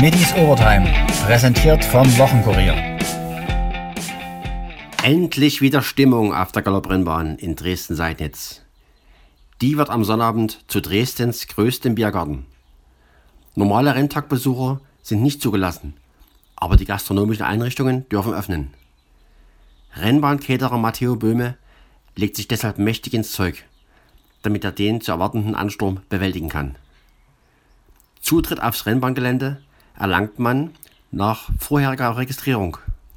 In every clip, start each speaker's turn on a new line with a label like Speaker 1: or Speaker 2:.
Speaker 1: Schmittis Overtime, präsentiert vom Wochenkurier.
Speaker 2: Endlich wieder Stimmung auf der Galopprennbahn in Dresden-Seidnitz. Die wird am Sonnabend zu Dresdens größtem Biergarten. Normale Renntagbesucher sind nicht zugelassen, aber die gastronomischen Einrichtungen dürfen öffnen. Rennbahncaterer Matteo Böhme legt sich deshalb mächtig ins Zeug, damit er den zu erwartenden Ansturm bewältigen kann. Zutritt aufs Rennbahngelände erlangt man nach vorheriger Registrierung.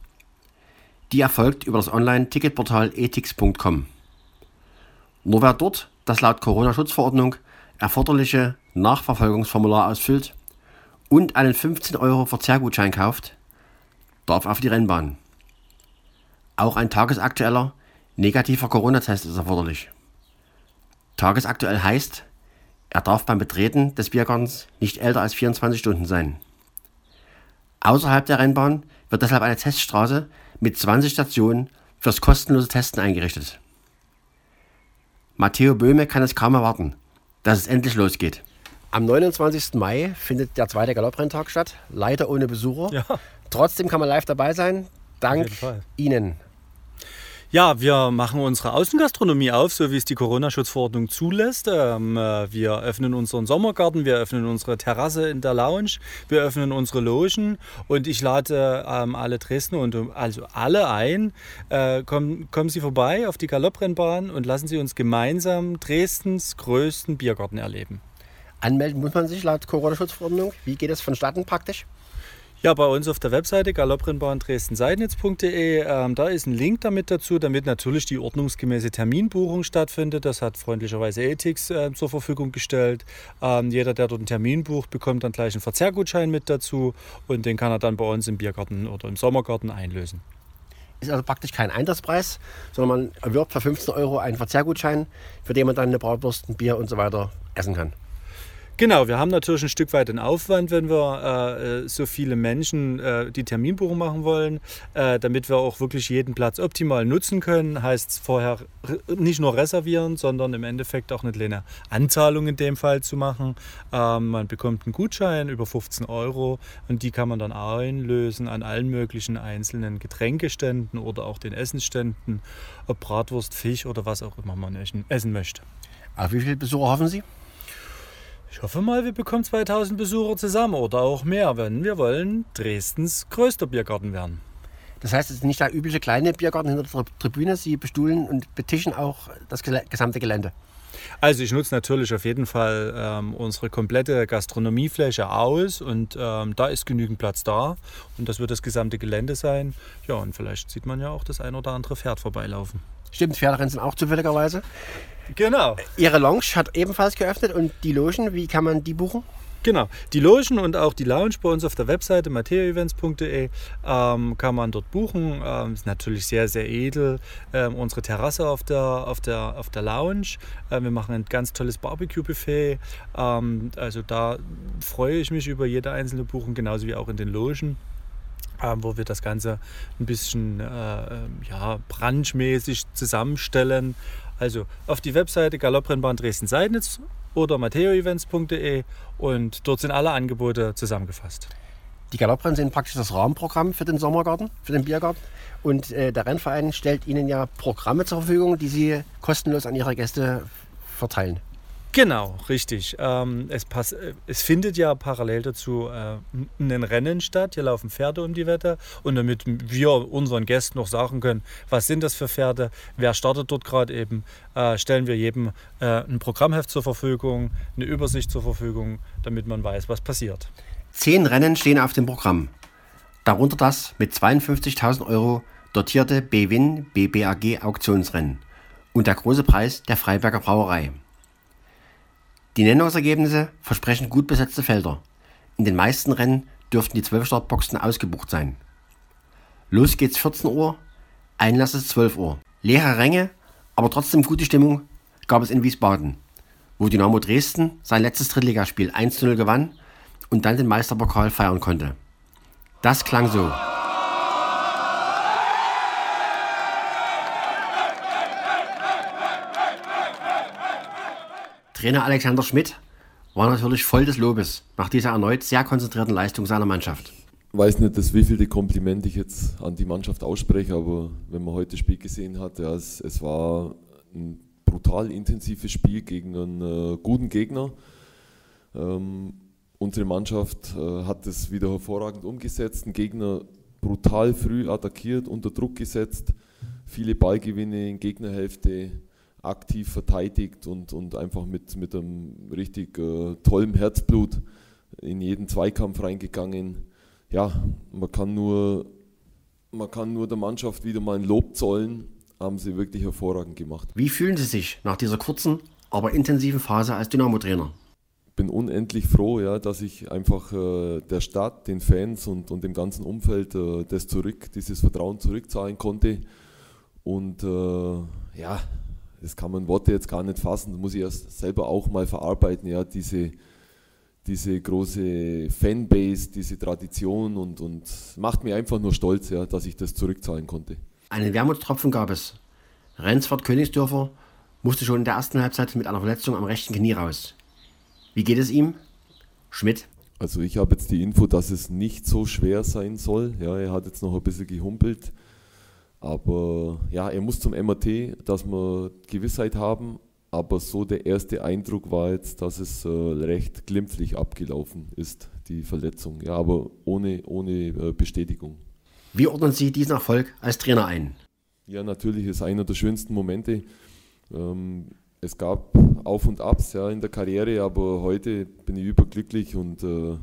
Speaker 2: Die erfolgt über das Online-Ticketportal etix.com. Nur wer dort das laut Corona-Schutzverordnung erforderliche Nachverfolgungsformular ausfüllt und einen 15 € Verzehrgutschein kauft, darf auf die Rennbahn. Auch ein tagesaktueller, negativer Corona-Test ist erforderlich. Tagesaktuell heißt, er darf beim Betreten des Biergartens nicht älter als 24 Stunden sein. Außerhalb der Rennbahn wird deshalb eine Teststraße mit 20 Stationen fürs kostenlose Testen eingerichtet. Matteo Böhme kann es kaum erwarten, dass es endlich losgeht. Am 29. Mai findet der zweite Galopprennentag statt, leider ohne Besucher.
Speaker 3: Ja.
Speaker 2: Trotzdem kann man live dabei sein, dank Ihnen.
Speaker 3: Ja, wir machen unsere Außengastronomie auf, so wie es die Corona-Schutzverordnung zulässt. Wir öffnen unseren Sommergarten, wir öffnen unsere Terrasse in der Lounge, wir öffnen unsere Logen und ich lade alle Dresdner und also alle ein. Kommen Sie vorbei auf die Galopprennbahn und lassen Sie uns gemeinsam Dresdens größten Biergarten erleben.
Speaker 2: Anmelden muss man sich laut Corona-Schutzverordnung. Wie geht es vonstatten praktisch?
Speaker 3: Ja, bei uns auf der Webseite galopprennbahn dresden-seidnitz.de, da ist ein Link damit dazu, damit natürlich die ordnungsgemäße Terminbuchung stattfindet. Das hat freundlicherweise etix zur Verfügung gestellt. Jeder, der dort einen Termin bucht, bekommt dann gleich einen Verzehrgutschein mit dazu und den kann er dann bei uns im Biergarten oder im Sommergarten einlösen.
Speaker 2: Ist also praktisch kein Eintrittspreis, sondern man erwirbt für 15 € einen Verzehrgutschein, für den man dann eine Bratwurst, ein Bier und so weiter essen kann.
Speaker 3: Genau, wir haben natürlich ein Stück weit den Aufwand, wenn wir so viele Menschen die Terminbuchung machen wollen, damit wir auch wirklich jeden Platz optimal nutzen können. Heißt es vorher nicht nur reservieren, sondern im Endeffekt auch eine kleine Anzahlung in dem Fall zu machen. Man bekommt einen Gutschein über 15 € und die kann man dann einlösen an allen möglichen einzelnen Getränkeständen oder auch den Essensständen, ob Bratwurst, Fisch oder was auch immer man essen möchte.
Speaker 2: Auf wie viele Besucher hoffen Sie?
Speaker 3: Ich hoffe mal, wir bekommen 2000 Besucher zusammen oder auch mehr, wenn wir wollen Dresdens größter Biergarten werden.
Speaker 2: Das heißt, es ist nicht der übliche kleine Biergarten hinter der Tribüne. Sie bestuhlen und betischen auch das gesamte Gelände.
Speaker 3: Also ich nutze natürlich auf jeden Fall unsere komplette Gastronomiefläche aus und da ist genügend Platz da und das wird das gesamte Gelände sein. Ja, und vielleicht sieht man ja auch das ein oder andere Pferd vorbeilaufen.
Speaker 2: Stimmt, Pferderennen sind auch zufälligerweise.
Speaker 3: Genau.
Speaker 2: Ihre Lounge hat ebenfalls geöffnet und die Logen, wie kann man die buchen?
Speaker 3: Genau, die Logen und auch die Lounge bei uns auf der Webseite matteoevents.de kann man dort buchen. Ist natürlich sehr, sehr edel. Unsere Terrasse auf der Lounge. Wir machen ein ganz tolles Barbecue-Buffet. Also da freue ich mich über jede einzelne Buchung, genauso wie auch in den Logen. Wo wir das Ganze ein bisschen brunchmäßig zusammenstellen. Also auf die Webseite Galopprennbahn Dresden-Seidnitz oder matteoevents.de und dort sind alle Angebote zusammengefasst.
Speaker 2: Die Galopprennen sind praktisch das Rahmenprogramm für den Sommergarten, für den Biergarten. Und der Rennverein stellt Ihnen ja Programme zur Verfügung, die Sie kostenlos an Ihre Gäste verteilen.
Speaker 3: Genau, richtig. Es findet ja parallel dazu ein Rennen statt. Hier laufen Pferde um die Wette. Und damit wir unseren Gästen noch sagen können, was sind das für Pferde, wer startet dort gerade eben, stellen wir jedem ein Programmheft zur Verfügung, eine Übersicht zur Verfügung, damit man weiß, was passiert.
Speaker 2: 10 Rennen stehen auf dem Programm. Darunter das mit 52.000 € dotierte BWin BBAG Auktionsrennen und der große Preis der Freiberger Brauerei. Die Nennungsergebnisse versprechen gut besetzte Felder. In den meisten Rennen dürften die 12 Startboxen ausgebucht sein. Los geht's 14 Uhr, Einlass ist 12 Uhr. Leere Ränge, aber trotzdem gute Stimmung gab es in Wiesbaden, wo Dynamo Dresden sein letztes Drittligaspiel 1:0 gewann und dann den Meisterpokal feiern konnte. Das klang so. Trainer Alexander Schmidt war natürlich voll des Lobes nach dieser erneut sehr konzentrierten Leistung seiner Mannschaft.
Speaker 4: Ich weiß nicht, das wievielte Kompliment ich jetzt an die Mannschaft ausspreche, aber wenn man heute das Spiel gesehen hat, ja, es war ein brutal intensives Spiel gegen einen guten Gegner. Unsere Mannschaft hat es wieder hervorragend umgesetzt, den Gegner brutal früh attackiert, unter Druck gesetzt, viele Ballgewinne in Gegnerhälfte, aktiv verteidigt und einfach mit einem richtig tollen Herzblut in jeden Zweikampf reingegangen. Ja, man kann nur der Mannschaft wieder mal ein Lob zollen, haben sie wirklich hervorragend gemacht.
Speaker 2: Wie fühlen Sie sich nach dieser kurzen, aber intensiven Phase als Dynamo-Trainer?
Speaker 4: Ich bin unendlich froh, ja, dass ich einfach der Stadt, den Fans und dem ganzen Umfeld dieses Vertrauen zurückzahlen konnte. Und ja, das kann man in Worte jetzt gar nicht fassen, das muss ich erst selber auch mal verarbeiten, ja, diese große Fanbase, diese Tradition und macht mich einfach nur stolz, ja, dass ich das zurückzahlen konnte.
Speaker 2: Einen Wermutstropfen gab es. Rensford-Königsdörfer musste schon in der ersten Halbzeit mit einer Verletzung am rechten Knie raus. Wie geht es ihm? Schmidt?
Speaker 4: Also ich habe jetzt die Info, dass es nicht so schwer sein soll. Ja, er hat jetzt noch ein bisschen gehumpelt. Aber ja, er muss zum MRT, dass wir Gewissheit haben. Aber so der erste Eindruck war jetzt, dass es recht glimpflich abgelaufen ist, die Verletzung. Ja, aber ohne Bestätigung.
Speaker 2: Wie ordnen Sie diesen Erfolg als Trainer ein?
Speaker 4: Ja, natürlich ist einer der schönsten Momente. Es gab Auf und Abs, ja, in der Karriere, aber heute bin ich überglücklich und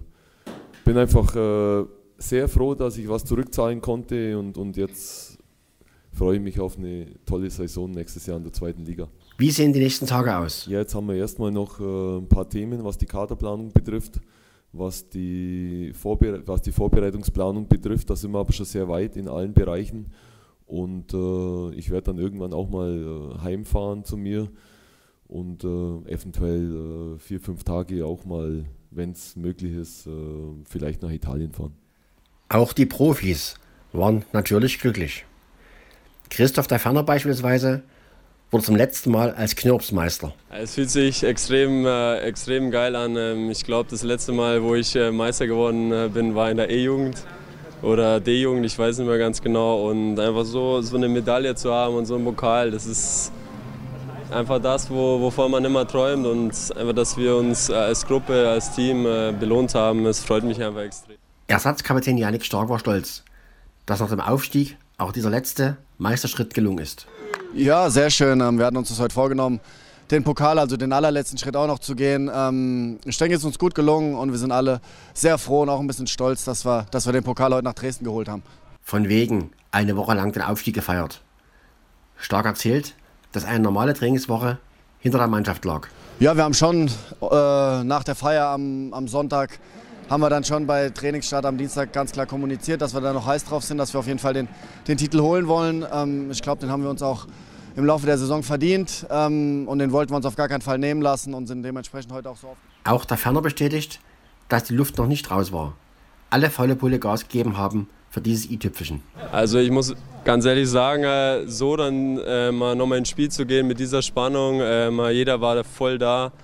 Speaker 4: bin einfach sehr froh, dass ich was zurückzahlen konnte und jetzt freue ich mich auf eine tolle Saison nächstes Jahr in der 2. Liga.
Speaker 2: Wie sehen die nächsten Tage aus?
Speaker 4: Ja, jetzt haben wir erstmal noch ein paar Themen, was die Kaderplanung betrifft, was die Vorbereitungsplanung betrifft. Da sind wir aber schon sehr weit in allen Bereichen und ich werde dann irgendwann auch mal heimfahren zu mir und eventuell 4-5 Tage auch mal, wenn es möglich ist, vielleicht nach Italien fahren.
Speaker 2: Auch die Profis waren natürlich glücklich. Christoph der Ferner beispielsweise wurde zum letzten Mal als Knirpsmeister.
Speaker 5: Es fühlt sich extrem geil an. Ich glaube, das letzte Mal, wo ich Meister geworden bin, war in der E-Jugend oder D-Jugend, ich weiß nicht mehr ganz genau. Und einfach so eine Medaille zu haben und so ein Pokal, das ist einfach das, wovon man immer träumt. Und einfach, dass wir uns als Gruppe, als Team belohnt haben, es freut mich einfach extrem.
Speaker 2: Ersatzkapitän Yannick Stark war stolz, dass nach dem Aufstieg auch dieser letzte Meisterschritt gelungen ist.
Speaker 6: Ja, sehr schön. Wir hatten uns das heute vorgenommen, den Pokal, also den allerletzten Schritt auch noch zu gehen. Ich denke, es ist uns gut gelungen und wir sind alle sehr froh und auch ein bisschen stolz, dass wir den Pokal heute nach Dresden geholt haben.
Speaker 2: Von wegen eine Woche lang den Aufstieg gefeiert. Stark erzählt, dass eine normale Trainingswoche hinter der Mannschaft lag.
Speaker 6: Ja, wir haben schon nach der Feier am Sonntag haben wir dann schon bei Trainingsstart am Dienstag ganz klar kommuniziert, dass wir da noch heiß drauf sind, dass wir auf jeden Fall den Titel holen wollen. Ich glaube, den haben wir uns auch im Laufe der Saison verdient und den wollten wir uns auf gar keinen Fall nehmen lassen und sind dementsprechend heute auch so oft.
Speaker 2: Auch der Ferner bestätigt, dass die Luft noch nicht raus war. Alle volle Pulle Gas gegeben haben für dieses i-Tüpfelchen.
Speaker 5: Also ich muss ganz ehrlich sagen, so dann mal nochmal ins Spiel zu gehen mit dieser Spannung, jeder war voll da.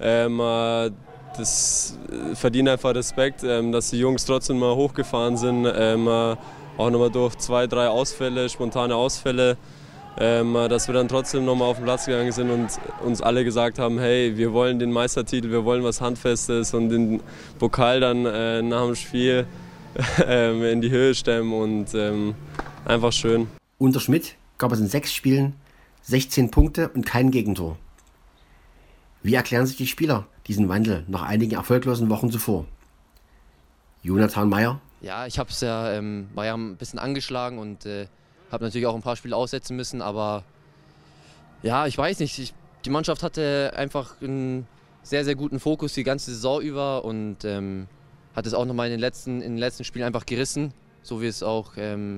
Speaker 5: Das verdient einfach Respekt, dass die Jungs trotzdem mal hochgefahren sind, auch nochmal durch 2-3 Ausfälle, spontane Ausfälle, dass wir dann trotzdem nochmal auf den Platz gegangen sind und uns alle gesagt haben, hey, wir wollen den Meistertitel, wir wollen was Handfestes und den Pokal dann nach dem Spiel in die Höhe stemmen und einfach schön.
Speaker 2: Unter Schmidt gab es in 6 Spielen 16 Punkte und kein Gegentor. Wie erklären sich die Spieler diesen Wandel nach einigen erfolglosen Wochen zuvor? Jonathan Meyer?
Speaker 7: Ja, ich habe es ja, war ja ein bisschen angeschlagen und habe natürlich auch ein paar Spiele aussetzen müssen, aber ja, ich weiß nicht, die Mannschaft hatte einfach einen sehr, sehr guten Fokus die ganze Saison über und hat es auch nochmal in den letzten Spielen einfach gerissen, so wie es auch,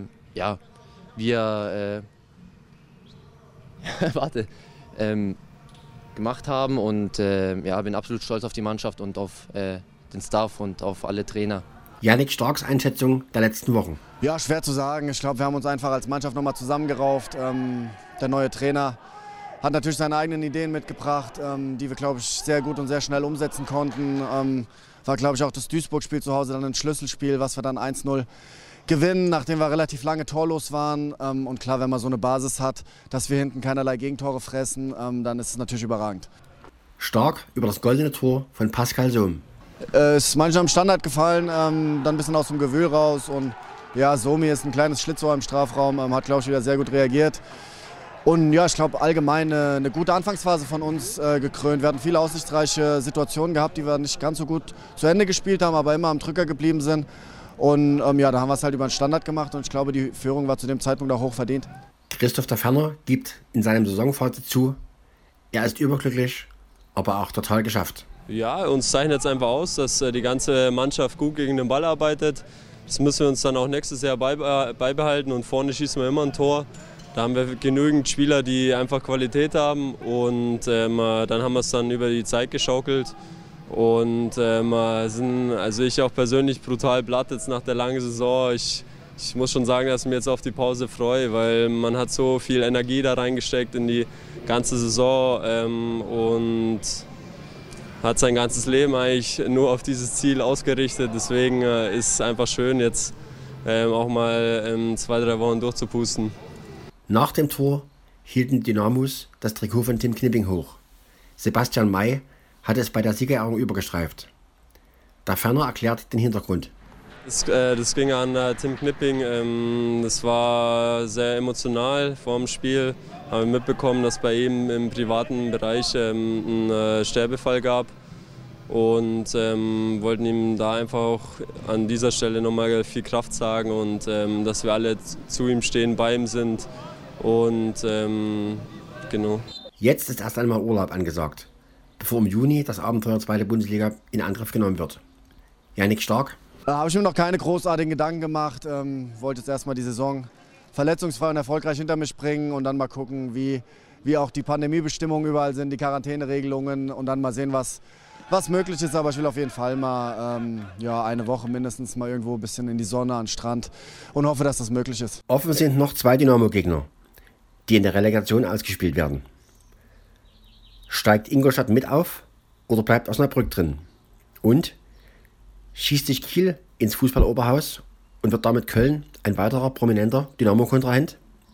Speaker 7: wir gemacht haben und bin absolut stolz auf die Mannschaft und auf den Staff und auf alle Trainer.
Speaker 2: Yannick Starks Einschätzung der letzten Wochen.
Speaker 6: Ja, schwer zu sagen. Ich glaube, wir haben uns einfach als Mannschaft nochmal zusammengerauft. Der neue Trainer hat natürlich seine eigenen Ideen mitgebracht, die wir, glaube ich, sehr gut und sehr schnell umsetzen konnten. War, glaube ich, auch das Duisburg-Spiel zu Hause dann ein Schlüsselspiel, was wir dann 1-0 gewinnen, nachdem wir relativ lange torlos waren. Und klar, wenn man so eine Basis hat, dass wir hinten keinerlei Gegentore fressen, dann ist es natürlich überragend.
Speaker 2: Stark über das goldene Tor von Pascal Sohm.
Speaker 6: Ist manchmal im Standard gefallen, dann ein bisschen aus dem Gewühl raus. Und ja, Somi ist ein kleines Schlitzohr im Strafraum, hat, glaube ich, wieder sehr gut reagiert. Und ja, ich glaube allgemein eine gute Anfangsphase von uns gekrönt. Wir hatten viele aussichtsreiche Situationen gehabt, die wir nicht ganz so gut zu Ende gespielt haben, aber immer am Drücker geblieben sind. Und ja, da haben wir es halt über den Standard gemacht und ich glaube, die Führung war zu dem Zeitpunkt auch hoch verdient.
Speaker 2: Christoph der Ferner gibt in seinem Saisonfazit zu, er ist überglücklich, aber auch total geschafft.
Speaker 5: Ja, uns zeichnet es einfach aus, dass die ganze Mannschaft gut gegen den Ball arbeitet. Das müssen wir uns dann auch nächstes Jahr beibehalten und vorne schießen wir immer ein Tor. Da haben wir genügend Spieler, die einfach Qualität haben und dann haben wir es dann über die Zeit geschaukelt. Und also ich auch persönlich brutal platt jetzt nach der langen Saison. Ich muss schon sagen, dass ich mich jetzt auf die Pause freue, weil man hat so viel Energie da reingesteckt in die ganze Saison und hat sein ganzes Leben eigentlich nur auf dieses Ziel ausgerichtet. Deswegen ist es einfach schön, jetzt auch mal 2-3 Wochen durchzupusten.
Speaker 2: Nach dem Tor hielten die Dynamos das Trikot von Tim Knipping hoch. Sebastian May hatte es bei der Siegerehrung übergestreift. Der Ferner erklärt den Hintergrund.
Speaker 5: Das ging an Tim Knipping. Das war sehr emotional vor dem Spiel. Haben wir mitbekommen, dass bei ihm im privaten Bereich einen Sterbefall gab. Und wollten ihm da einfach auch an dieser Stelle nochmal viel Kraft sagen und dass wir alle zu ihm stehen, bei ihm sind. Und genau.
Speaker 2: Jetzt ist erst einmal Urlaub angesagt, bevor im Juni das Abenteuer 2. Bundesliga in Angriff genommen wird. Yannick Stark.
Speaker 6: Da habe ich mir noch keine großartigen Gedanken gemacht. Wollte jetzt erstmal die Saison verletzungsfrei und erfolgreich hinter mich bringen und dann mal gucken, wie auch die Pandemiebestimmungen überall sind, die Quarantäneregelungen und dann mal sehen, was möglich ist. Aber ich will auf jeden Fall mal eine Woche mindestens mal irgendwo ein bisschen in die Sonne, an den Strand und hoffe, dass das möglich ist.
Speaker 2: Offen sind noch 2 Dynamo-Gegner, die in der Relegation ausgespielt werden. Steigt Ingolstadt mit auf oder bleibt Osnabrück drin? Und schießt sich Kiel ins Fußballoberhaus und wird damit Köln ein weiterer prominenter Dynamo-Kontrahent?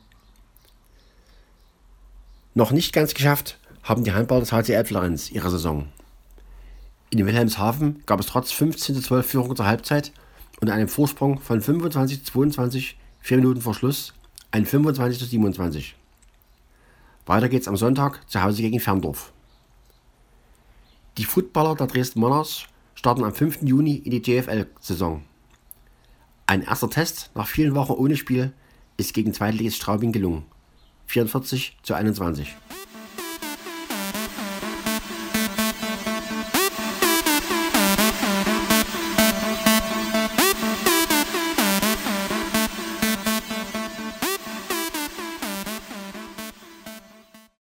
Speaker 2: Noch nicht ganz geschafft haben die Handballer des HC Elf-Florenz ihre Saison. In Wilhelmshaven gab es trotz 15:12 Führung zur Halbzeit und einem Vorsprung von 25:22, 4 Minuten vor Schluss, ein 25:27. Weiter geht's am Sonntag zu Hause gegen Ferndorf. Die Footballer der Dresden Monarchs starten am 5. Juni in die DFL-Saison. Ein erster Test nach vielen Wochen ohne Spiel ist gegen Zweitligist Straubing gelungen. 44:21.